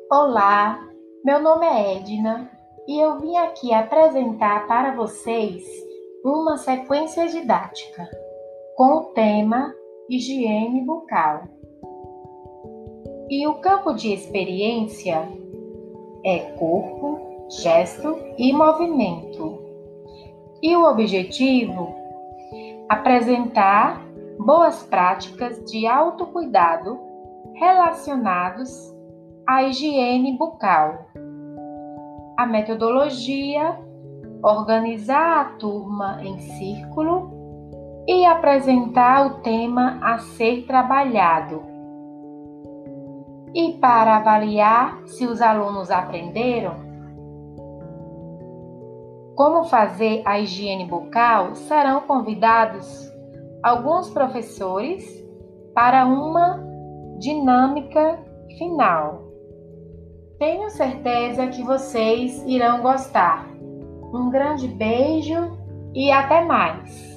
Olá, meu nome é Edna e eu vim aqui apresentar para vocês uma sequência didática com o tema higiene bucal. E o campo de experiência é corpo, gesto e movimento. E o objetivo é apresentar boas práticas de autocuidado relacionados à higiene bucal. A metodologia, organizar a turma em círculo e apresentar o tema a ser trabalhado. E para avaliar se os alunos aprenderam como fazer a higiene bucal, serão convidados alguns professores para uma dinâmica final. Tenho certeza que vocês irão gostar. Um grande beijo e até mais!